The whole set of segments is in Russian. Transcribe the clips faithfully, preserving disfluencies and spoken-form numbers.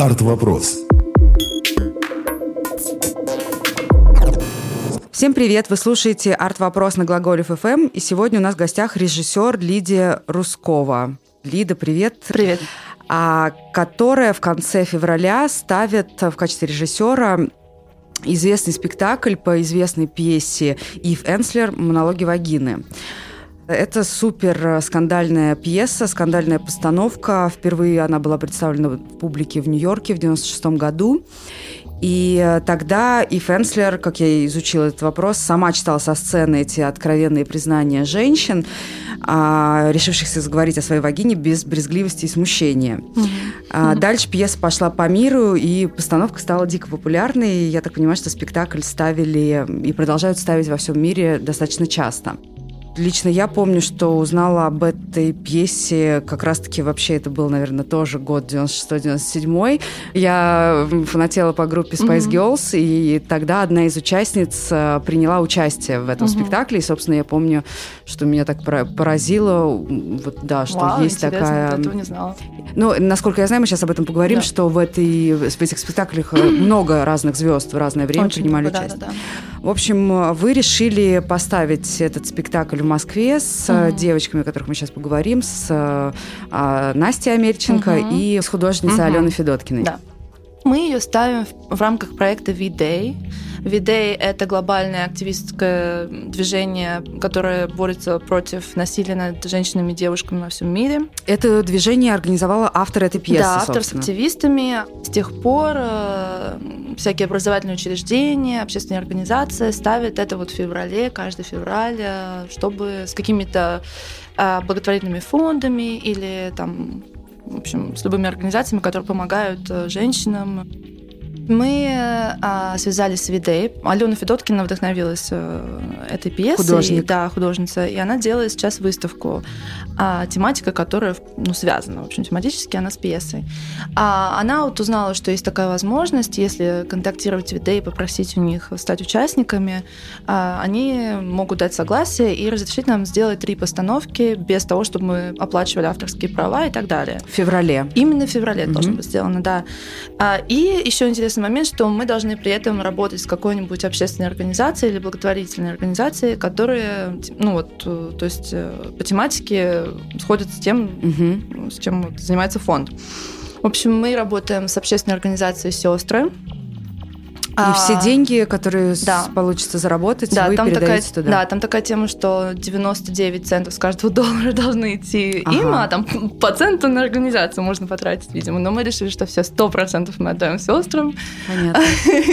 Арт-вопрос. Всем привет! Вы слушаете «Арт-вопрос» на Глаголев эф эм, и сегодня у нас в гостях режиссер Лидия Рускова. Лида, привет! Привет! А, которая в конце февраля ставит в качестве режиссера известный спектакль по известной пьесе Ив Энслер «Монологи вагины». Это супер скандальная пьеса, скандальная постановка. Впервые она была представлена в публике в Нью-Йорке в девяносто шестом году. И тогда Ив Энслер, как я изучила этот вопрос, сама читала со сцены эти откровенные признания женщин, решившихся заговорить о своей вагине без брезгливости и смущения. Mm-hmm. Mm-hmm. Дальше пьеса пошла по миру, и постановка стала дико популярной. Я так понимаю, что спектакль ставили и продолжают ставить во всем мире достаточно часто. Лично я помню, что узнала об этой пьесе как раз-таки вообще это был, наверное, тоже год девяносто шестой девяносто седьмой. Я фанатела по группе Spice mm-hmm. Girls, и тогда одна из участниц приняла участие в этом mm-hmm. спектакле. И, собственно, я помню, что меня так поразило, вот, да, что Вау, есть такая... Я этого не знала. Ну, насколько я знаю, мы сейчас об этом поговорим, да. что в, этой, в этих спектаклях много разных звезд в разное время Очень принимали много, участие. Да, да, да. В общем, вы решили поставить этот спектакль в Москве с uh-huh. девочками, о которых мы сейчас поговорим, с а, Настей Амельченко uh-huh. и с художницей uh-huh. Аленой Федоткиной. Да. Мы ее ставим в, в рамках проекта V-Day. V-Day – это глобальное активистское движение, которое борется против насилия над женщинами и девушками во всем мире. Это движение организовала автор этой пьесы, Да, автор собственно. с активистами. С тех пор э, всякие образовательные учреждения, общественные организации ставят это вот в феврале, каждый февраль, э, чтобы с какими-то э, благотворительными фондами или там, в общем, с любыми организациями, которые помогают э, женщинам. Мы а, связались с V-Day. Алена Федоткина вдохновилась а, этой пьесой. Художник. Да, художница. И она делает сейчас выставку. А, тематика, которая ну, связана, в общем, тематически она с пьесой. А, она вот узнала, что есть такая возможность, если контактировать с V-Day и попросить у них стать участниками, а, они могут дать согласие и разрешить нам сделать три постановки без того, чтобы мы оплачивали авторские права и так далее. В феврале. Именно в феврале это mm-hmm. должно быть сделано, да. А, и еще интересный момент, что мы должны при этом работать с какой-нибудь общественной организацией или благотворительной организацией, которые, ну вот, то есть по тематике сходят с тем, угу. с чем занимается фонд. В общем, мы работаем с общественной организацией «Сестры». И а, все деньги, которые да. получится заработать, да, вы там передаете такая, туда. Да, там такая тема, что девяносто девять центов с каждого доллара должны идти ага. им, а там по центу на организацию можно потратить, видимо. Но мы решили, что все сто процентов мы отдаем сестрам. Понятно.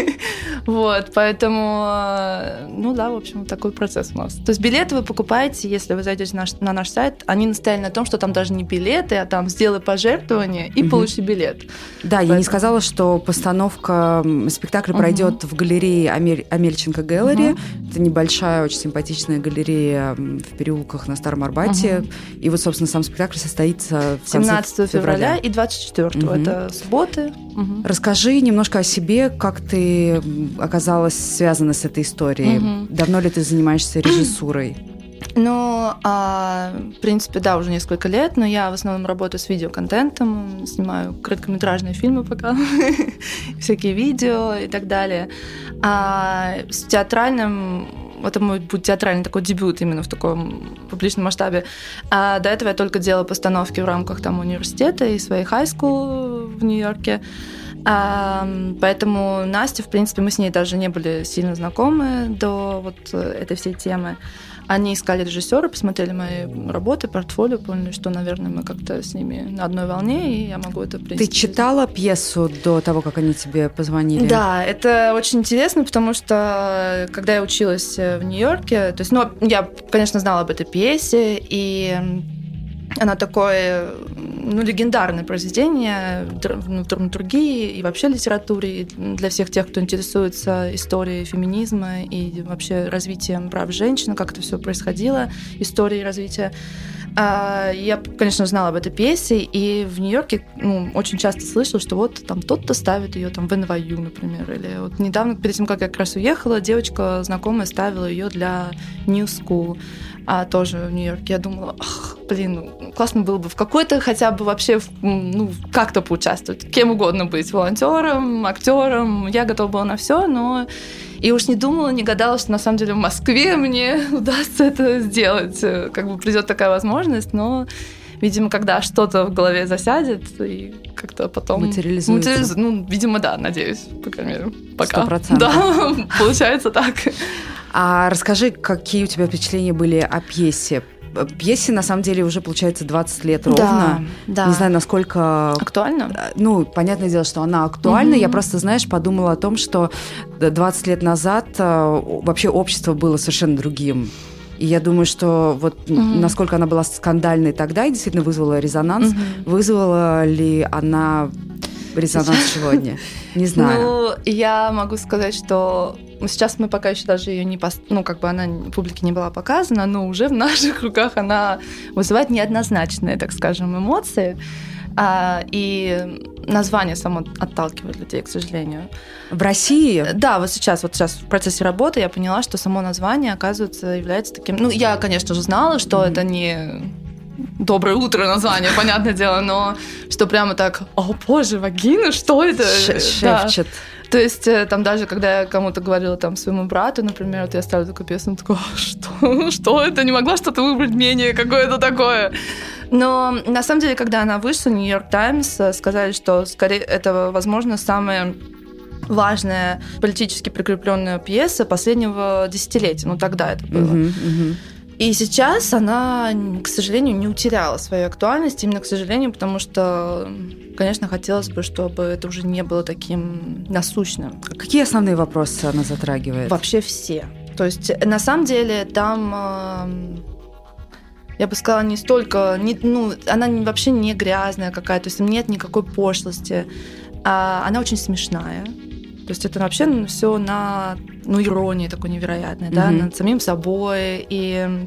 Вот, поэтому, ну да, в общем, такой процесс у нас. То есть билеты вы покупаете, если вы зайдете на наш, на наш сайт, они настояли на том, что там даже не билеты, а там сделай пожертвование и угу. получи билет. Да, Поэтому... я не сказала, что постановка спектакля угу. пройдет в галерее Амель... Амельченко Гэллери. Угу. Это небольшая, очень симпатичная галерея в переулках на Старом Арбате. Угу. И вот, собственно, сам спектакль состоится в конце семнадцатого февраля февраля и двадцать четвёртого. Угу. Это субботы. Угу. Расскажи немножко о себе, как ты оказалась связана с этой историей. Угу. Давно ли ты занимаешься режиссурой? Ну, а, в принципе, да, уже несколько лет, но я в основном работаю с видеоконтентом, снимаю короткометражные фильмы пока, всякие видео и так далее. А с театральным, это мой будет театральный такой дебют именно в таком публичном масштабе. А до этого я только делала постановки в рамках там университета и своей хай-скул в Нью-Йорке. А, поэтому Настя, в принципе, мы с ней даже не были сильно знакомы до вот этой всей темы. Они искали режиссера, посмотрели мои работы, портфолио, поняли, что, наверное, мы как-то с ними на одной волне, и я могу это, в принципе... Ты читала пьесу до того, как они тебе позвонили? Да, это очень интересно, потому что, когда я училась в Нью-Йорке, то есть, ну, я, конечно, знала об этой пьесе, и она такое, ну, легендарное произведение в драматургии и вообще литературе, и для всех тех, кто интересуется историей феминизма и вообще развитием прав женщин, как это все происходило, историей развития. Я, конечно, знала об этой пьесе, и в Нью-Йорке ну, очень часто слышала, что вот там тот-то ставит ее там в эн вай ю, например. Или вот недавно, перед тем, как я как раз уехала, девочка знакомая ставила ее для New School, а тоже в Нью-Йорке. Я думала, ах, блин, классно было бы в какой-то хотя бы вообще, ну, как-то поучаствовать. Кем угодно быть, волонтером, актером. Я готова была на все, но и уж не думала, не гадала, что на самом деле в Москве мне удастся это сделать. Как бы придет такая возможность, но, видимо, когда что-то в голове засядет и как-то потом материализуется. материализ... Ну, видимо, да, надеюсь, по крайней мере, пока. Сто процентов. Да, получается так. А расскажи, какие у тебя впечатления были о пьесе? Пьесе, на самом деле, уже, получается, двадцать лет ровно. Да, да. Не знаю, насколько... Актуально? Ну, понятное дело, что она актуальна. Mm-hmm. Я просто, знаешь, подумала о том, что двадцать лет назад вообще общество было совершенно другим. И я думаю, что вот mm-hmm. насколько она была скандальной тогда и действительно вызвала резонанс, mm-hmm. вызвала ли она резонанс сегодня? Не знаю. Ну, я могу сказать, что сейчас мы пока еще даже ее не... Пос... Ну, как бы она публике не была показана, но уже в наших руках она вызывает неоднозначные, так скажем, эмоции. А, и название само отталкивает людей, к сожалению. В России? Да, вот сейчас, вот сейчас в процессе работы я поняла, что само название, оказывается, является таким... Ну, я, конечно же, знала, что mm-hmm. это не... «Доброе утро» название, понятное дело, но что прямо так, о боже, вагина, что это? Шепчет. Да. То есть там даже, когда я кому-то говорила там своему брату, например, вот я ставлю такую песню, он такой, что? Что это? Не могла что-то выбрать мнение какое-то такое? Но на самом деле, когда она вышла, Нью-Йорк Таймс сказали, что скорее это, возможно, самая важная политически прикрепленная пьеса последнего десятилетия. Ну, тогда это было. Uh-huh, uh-huh. И сейчас она, к сожалению, не утеряла свою актуальность, именно к сожалению, потому что, конечно, хотелось бы, чтобы это уже не было таким насущным. Какие основные вопросы она затрагивает? Вообще все. То есть, на самом деле, там, я бы сказала, не столько... Не, ну, она вообще не грязная какая-то, то есть нет никакой пошлости. А она очень смешная. То есть это вообще все на, ну, иронии такой невероятной, mm-hmm. да, над самим собой. И,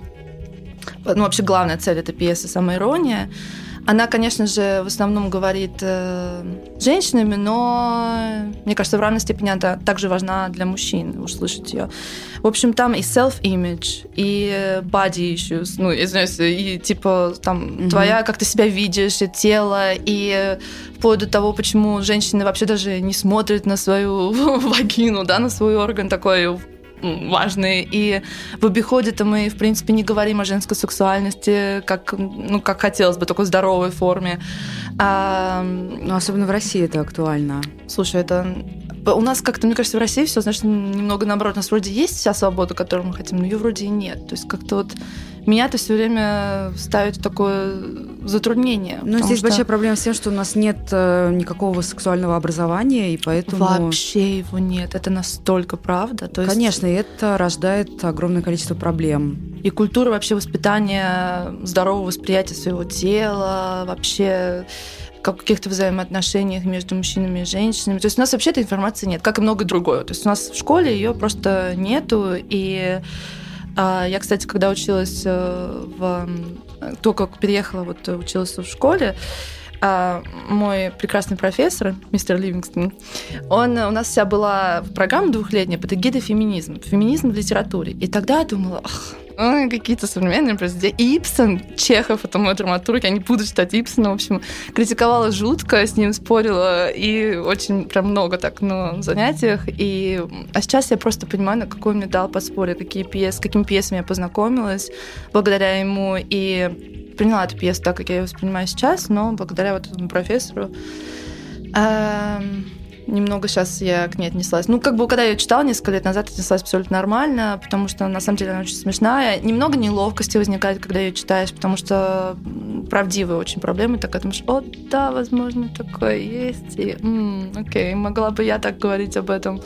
ну, вообще главная цель этой пьесы — самоирония. Она, конечно же, в основном говорит э, женщинами, но, мне кажется, в равной степени она также важна для мужчин, услышать ее. В общем, там и self-image, и body issues, ну, извиняюсь, и типа там mm-hmm. твоя, как ты себя видишь, и тело, и вплоть до того, почему женщины вообще даже не смотрят на свою вагину, да, на свой орган такой важные. И в обиходе-то мы, в принципе, не говорим о женской сексуальности, как, ну, как хотелось бы, такой здоровой форме. А... Ну, особенно в России это актуально. Слушай, это... У нас как-то, мне кажется, в России все, знаешь, немного наоборот. У нас вроде есть вся свобода, которую мы хотим, но ее вроде и нет. То есть как-то вот меня-то все время ставит в такое затруднение. Но здесь что... большая проблема с тем, что у нас нет э, никакого сексуального образования, и поэтому... Вообще его нет. Это настолько правда. То есть... Конечно, и это рождает огромное количество проблем. И культура вообще воспитания здорового восприятия своего тела, вообще каких-то взаимоотношениях между мужчинами и женщинами. То есть у нас вообще этой информации нет, как и многое другое. То есть у нас в школе ее просто нету. И а, я, кстати, когда училась в... Только переехала, вот училась в школе, а мой прекрасный профессор, мистер Ливингстон, он, у нас вся была программа двухлетняя под эгидой феминизм, феминизм в литературе. И тогда я думала, ах, ой, какие-то современные произведения. Ипсон, Чехов, это мой драматург, я не буду читать Ипсона, в общем, критиковала жутко, с ним спорила, и очень прям много так на занятиях. И... А сейчас я просто понимаю, на какой мне дал подспорье, какие пьесы, с какими пьесами я познакомилась благодаря ему, и приняла эту пьесу так, как я ее воспринимаю сейчас, но благодаря вот этому профессору эм, немного сейчас я к ней отнеслась. Ну, как бы, когда я ее читала несколько лет назад, отнеслась абсолютно нормально, потому что, на самом деле, она очень смешная. Немного неловкости возникает, когда ее читаешь, потому что правдивые очень проблемы. Так я думаешь, о, да, возможно, такое есть. И, м-м, окей, могла бы я так говорить об этом.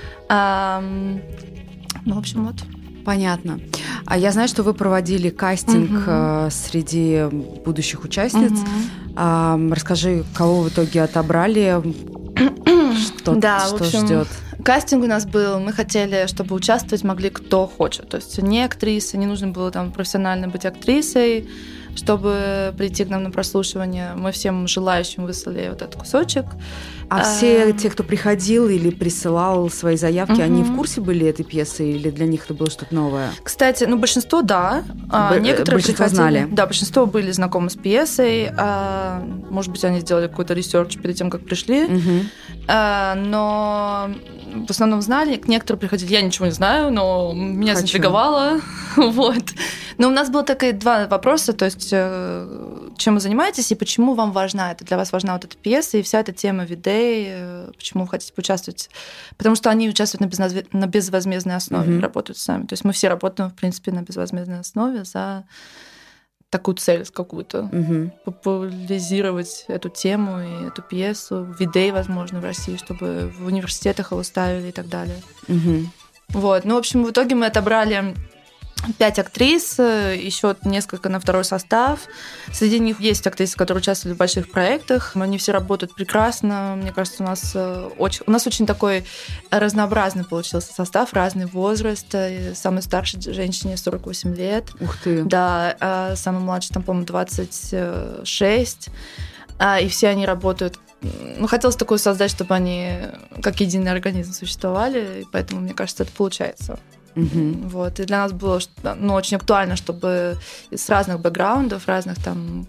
Эм, ну, в общем, вот. Понятно. А я знаю, что вы проводили кастинг uh-huh. среди будущих участниц. Uh-huh. А, расскажи, кого в итоге отобрали, что, да, что в общем, ждет? Кастинг у нас был, мы хотели, чтобы участвовать могли кто хочет. То есть не актрисы, не нужно было там профессионально быть актрисой, чтобы прийти к нам на прослушивание. Мы всем желающим выслали вот этот кусочек. А все те, кто приходил или присылал свои заявки, они в курсе были этой пьесы или для них это было что-то новое? Кстати, ну, большинство, да. А, некоторые большинство знали? Да, большинство были знакомы с пьесой. А, может быть, они сделали какой-то ресерч перед тем, как пришли. Угу. А, но в основном знали. Некоторые приходили, я ничего не знаю, но меня Хочу. заинтриговало. Вот. Но у нас было такие два вопроса, то есть чем вы занимаетесь и почему вам важна это, для вас важна вот эта пьеса и вся эта тема V-Day, почему вы хотите поучаствовать. Потому что они участвуют на, безназв... на безвозмездной основе, mm-hmm. работают с нами. То есть мы все работаем, в принципе, на безвозмездной основе за такую цель какую-то. Mm-hmm. Популяризировать эту тему и эту пьесу, V-Day, возможно, в России, чтобы в университетах его ставили и так далее. Mm-hmm. Вот. Ну, в общем, в итоге мы отобрали пять актрис, еще несколько на второй состав. Среди них есть актрисы, которые участвовали в больших проектах. Они все работают прекрасно. Мне кажется, у нас очень, у нас очень такой разнообразный получился состав, разный возраст. Самой старшей женщине сорок восемь лет. Ух ты! Да, самой младшей, там, по-моему, двадцать шесть. И все они работают. Ну, хотелось такое создать, чтобы они как единый организм существовали, и поэтому, мне кажется, это получается. Mm-hmm. Вот. И для нас было ну, очень актуально, чтобы с разных бэкграундов, разных там,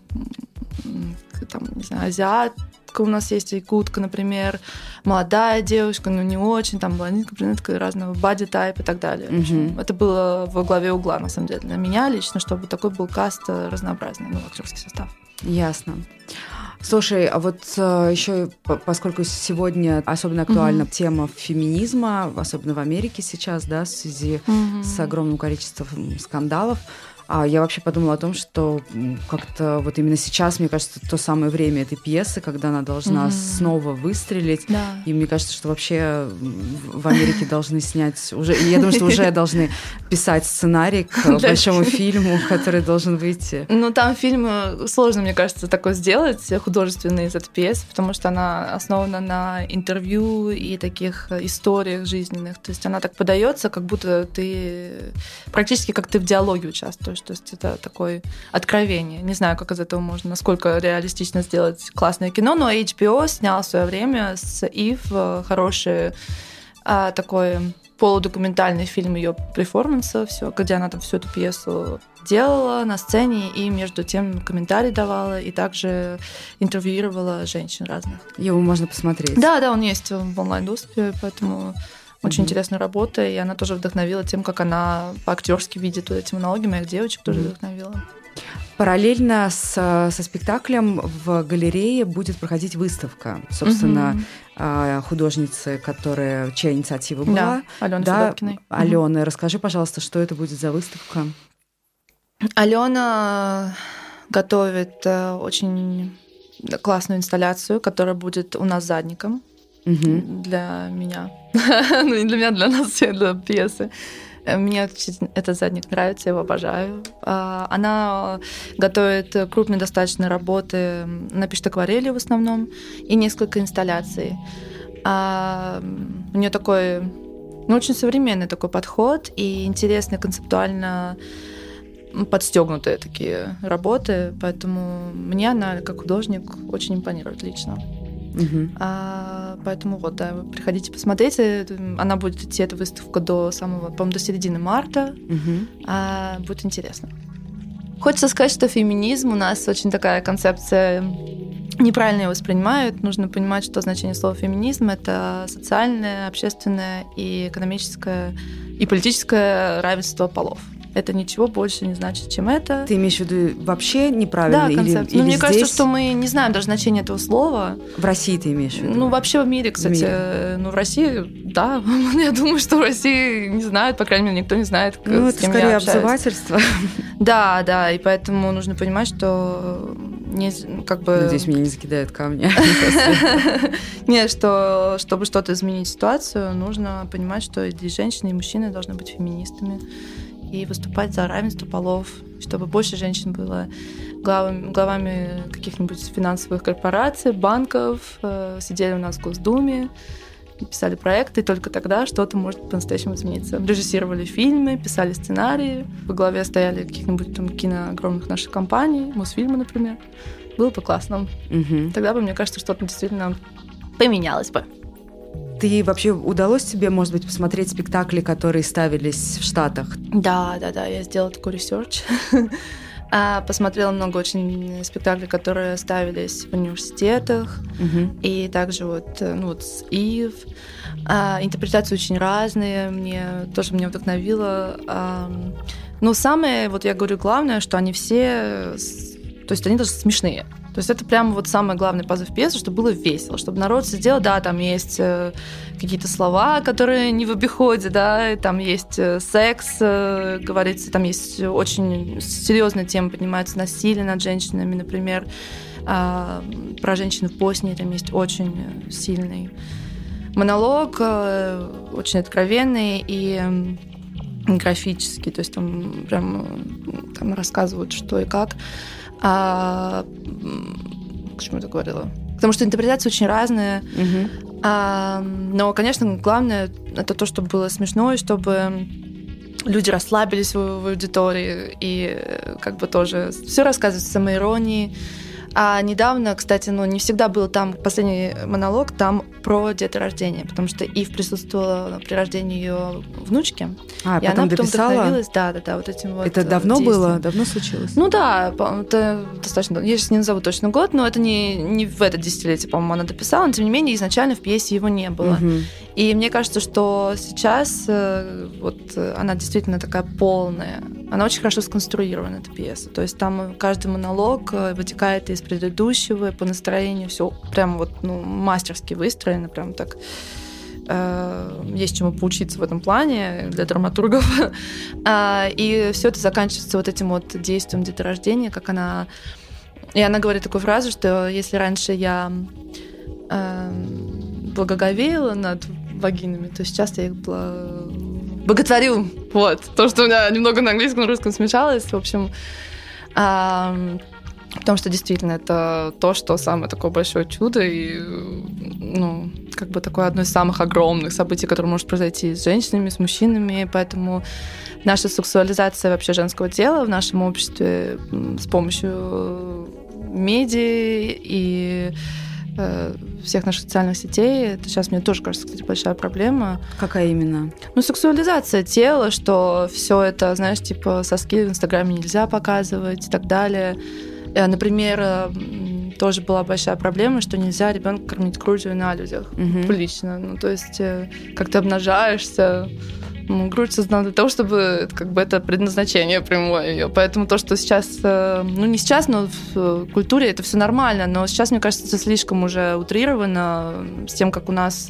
там не знаю, азиатка у нас есть, якутка, например, молодая девушка, но не очень, там блондинка, брюнетка, разного бади-тайп и так далее. Mm-hmm. Это было во главе угла, на самом деле, для меня лично, чтобы такой был каст разнообразный, ну, актерский состав. Ясно. Слушай, а вот э, еще, поскольку сегодня особенно актуальна mm-hmm. тема феминизма, особенно в Америке сейчас, да, в связи mm-hmm. с огромным количеством скандалов, а я вообще подумала о том, что как-то вот именно сейчас, мне кажется, то самое время этой пьесы, когда она должна mm-hmm. снова выстрелить. Да. И мне кажется, что вообще в Америке должны снять уже... Я думаю, что уже должны писать сценарий к большому фильму, который должен выйти. Ну, там фильм сложно, мне кажется, такое сделать, художественный из этой пьесы, потому что она основана на интервью и таких историях жизненных. То есть она так подается, как будто ты... Практически как ты в диалоге участвуешь. То есть это такое откровение. Не знаю, как из этого можно, насколько реалистично сделать классное кино, но эйч би о снял в свое время с Ив хороший а, такой полудокументальный фильм ее перформанса, все, где она там всю эту пьесу делала на сцене и между тем комментарии давала и также интервьюировала женщин разных. Его можно посмотреть. Да, да, он есть в онлайн-доступе, поэтому... Очень mm-hmm. интересная работа, и она тоже вдохновила тем, как она по-актерски видит вот эти монологи моих девочек, тоже mm-hmm. вдохновила. Параллельно с, со спектаклем в галерее будет проходить выставка, собственно, mm-hmm. художницы, которая, чья инициатива была. Да, Алены да, Федоткиной. Алена, mm-hmm. расскажи, пожалуйста, что это будет за выставка? Алена готовит очень классную инсталляцию, которая будет у нас задником. Угу. Для меня. Ну, не для меня, для нас всех, для пьесы. Мне очень этот задник нравится, я его обожаю. Она готовит крупные достаточно работы, она пишет акварели в основном, и несколько инсталляций. У нее такой, ну, очень современный такой подход и интересный концептуально подстегнутые такие работы, поэтому мне она, как художник, очень импонирует лично. Uh-huh. А, поэтому вот, да, приходите посмотреть. Она будет идти, эта выставка, до самого, по-моему, до середины марта. Uh-huh. А, будет интересно. Хочется сказать, что феминизм у нас очень такая концепция, неправильно ее воспринимают. Нужно понимать, что значение слова феминизм — это социальное, общественное и экономическое и политическое равенство полов. Это ничего больше не значит, чем это. Ты имеешь в виду вообще неправильно? Да, концепция. Или, или Но мне здесь... кажется, что мы не знаем даже значения этого слова. В России ты имеешь в виду? Ну, вообще в мире, кстати. В мире. Ну, в России, да. Я думаю, что в России не знают, по крайней мере, никто не знает, ну, с кем это скорее я общаюсь. обзывательство. Да, да, и поэтому нужно понимать, что не, как бы... Надеюсь, меня не закидают камни. Нет, что чтобы что-то изменить ситуацию, нужно понимать, что и женщины, и мужчины должны быть феминистами и выступать за равенство полов, чтобы больше женщин было главами, главами каких-нибудь финансовых корпораций, банков, э, сидели у нас в Госдуме, писали проекты, и только тогда что-то может по-настоящему измениться. Режиссировали фильмы, писали сценарии, во главе стояли каких-нибудь там кино огромных наших компаний, Мосфильма, например. Было бы классно. Угу. Тогда бы, мне кажется, что-то действительно поменялось бы. Ты вообще удалось тебе, может быть, посмотреть спектакли, которые ставились в Штатах? Да, да, да, я сделала такой ресерч. Посмотрела много очень спектаклей, которые ставились в университетах, угу. и также вот, ну, вот с Ив. Интерпретации очень разные, мне тоже меня вдохновило. Но самое, вот я говорю, главное, что они все, то есть они даже смешные. То есть это прямо вот самый главный позыв пьесы, чтобы было весело, чтобы народ сидел, да, там есть какие-то слова, которые не в обиходе, да, там есть секс, говорится, там есть очень серьезная тема, поднимается насилие над женщинами, например, про женщин в Боснии там есть очень сильный монолог, очень откровенный и графический, то есть там прям там рассказывают, что и как. А, к чему я говорила? Потому что интерпретации очень разные. Угу. А, но, конечно, главное это то, чтобы было смешно, и чтобы люди расслабились в, в аудитории и как бы тоже все рассказывают с самоиронией. А недавно, кстати, ну, не всегда был там последний монолог, там про деторождение, потому что Ив присутствовала при рождении ее внучки. А, и потом она потом дописала? вдохновилась, да, да, да, вот этим вот. Это давно действием. было? Давно случилось? Ну да, это достаточно давно. Я сейчас не назову точно год, но это не, не в это десятилетие, по-моему, она дописала, но тем не менее изначально в пьесе его не было. Угу. И мне кажется, что сейчас вот она действительно такая полная. Она очень хорошо сконструирована, эта пьеса. То есть там каждый монолог вытекает из предыдущего, по настроению все прям вот, ну, мастерски выстроено, прям так. Э, есть чему поучиться в этом плане для драматургов. И все это заканчивается вот этим вот действием деторождения, как она... И она говорит такую фразу, что если раньше я э, благоговела над вагинами, то сейчас я их благо... боготворю. Вот. То, что у меня немного на английском, на русском смешалось. В общем, а, потому что действительно это то, что самое такое большое чудо и, ну, как бы такое одно из самых огромных событий, которое может произойти с женщинами, с мужчинами. Поэтому наша сексуализация вообще женского тела в нашем обществе с помощью медиа и всех наших социальных сетей. Это сейчас, мне тоже кажется, кстати, большая проблема. Какая именно? Ну, сексуализация тела, что все это, знаешь, типа соски в Инстаграме нельзя показывать и так далее. Например, тоже была большая проблема, что нельзя ребенка кормить грудью на людях угу. публично. Ну, то есть, как ты обнажаешься, ну, грудь создана для того, чтобы как бы это предназначение прямое ее. Поэтому то, что сейчас, ну не сейчас, но в культуре это все нормально, но сейчас, мне кажется, это слишком уже утрировано с тем, как у нас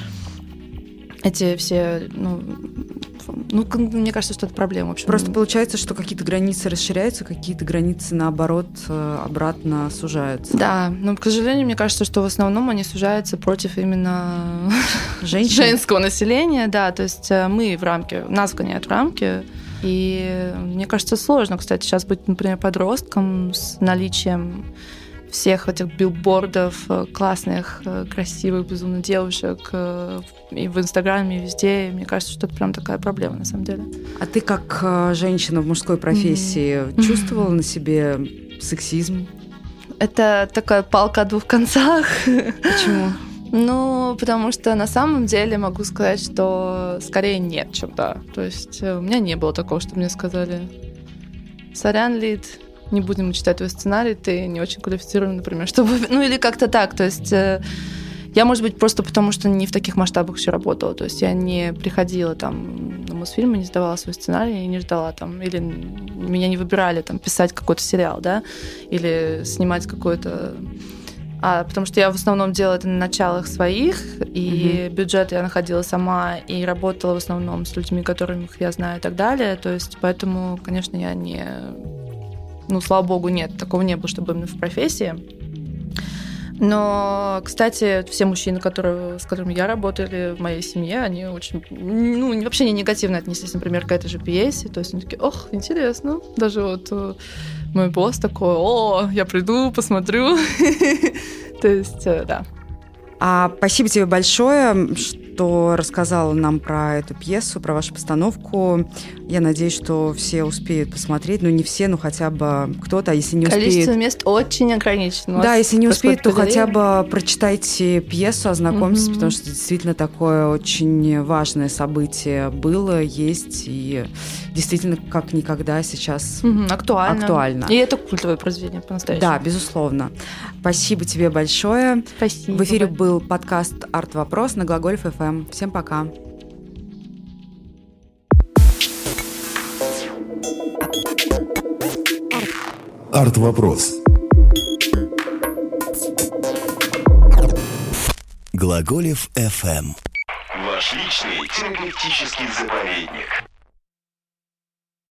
эти все, ну, ну мне кажется, что это проблема. В общем. Просто получается, что какие-то границы расширяются, какие-то границы, наоборот, обратно сужаются. Да, но, к сожалению, мне кажется, что в основном они сужаются против именно Женщин? женского населения, да, то есть мы в рамке, нас гоняют в рамки, и мне кажется, сложно, кстати, сейчас быть, например, подростком с наличием всех этих билбордов классных, красивых, безумно девушек и в Инстаграме, и везде. Мне кажется, что это прям такая проблема, на самом деле. А ты, как женщина в мужской профессии, mm-hmm. чувствовала на себе сексизм? Это такая палка о двух концах. Почему? Ну, потому что на самом деле могу сказать, что скорее нет, чем да. То есть у меня не было такого, что мне сказали: сорян, Лид, не будем читать твой сценарий, ты не очень квалифицирован, например, чтобы... Ну, или как-то так, то есть э, я, может быть, просто потому, что не в таких масштабах еще работала, то есть я не приходила там на Мосфильм, не сдавала свой сценарий и не ждала там, или меня не выбирали там писать какой-то сериал, да, или снимать какой-то... А, потому что я в основном делала это на началах своих, и mm-hmm. бюджет я находила сама, и работала в основном с людьми, которых я знаю и так далее, то есть поэтому, конечно, я не... Ну, слава богу, нет, такого не было, чтобы именно в профессии. Но, кстати, все мужчины, которые, с которыми я работала в моей семье, они очень, ну, вообще не негативно отнеслись, например, к этой же пьесе. То есть они такие: ох, интересно. Даже вот мой босс такой: о, я приду, посмотрю. То есть, да. А, спасибо тебе большое. что рассказала нам про эту пьесу, про вашу постановку. Я надеюсь, что все успеют посмотреть. Ну, не все, но хотя бы кто-то, а если не успеет... Количество мест очень ограничено. Да, если не успеет, то хотя бы прочитайте пьесу, ознакомьтесь, mm-hmm. потому что действительно такое очень важное событие было, есть, и действительно как никогда сейчас mm-hmm. актуально. актуально. И это культовое произведение по-настоящему. Да, безусловно. Спасибо тебе большое. Спасибо. В эфире был подкаст «Арт-вопрос» на Глаголев эф эм. Всем пока. Арт-вопрос. Глаголев эф эм. Ваш личный терапевтический заповедник.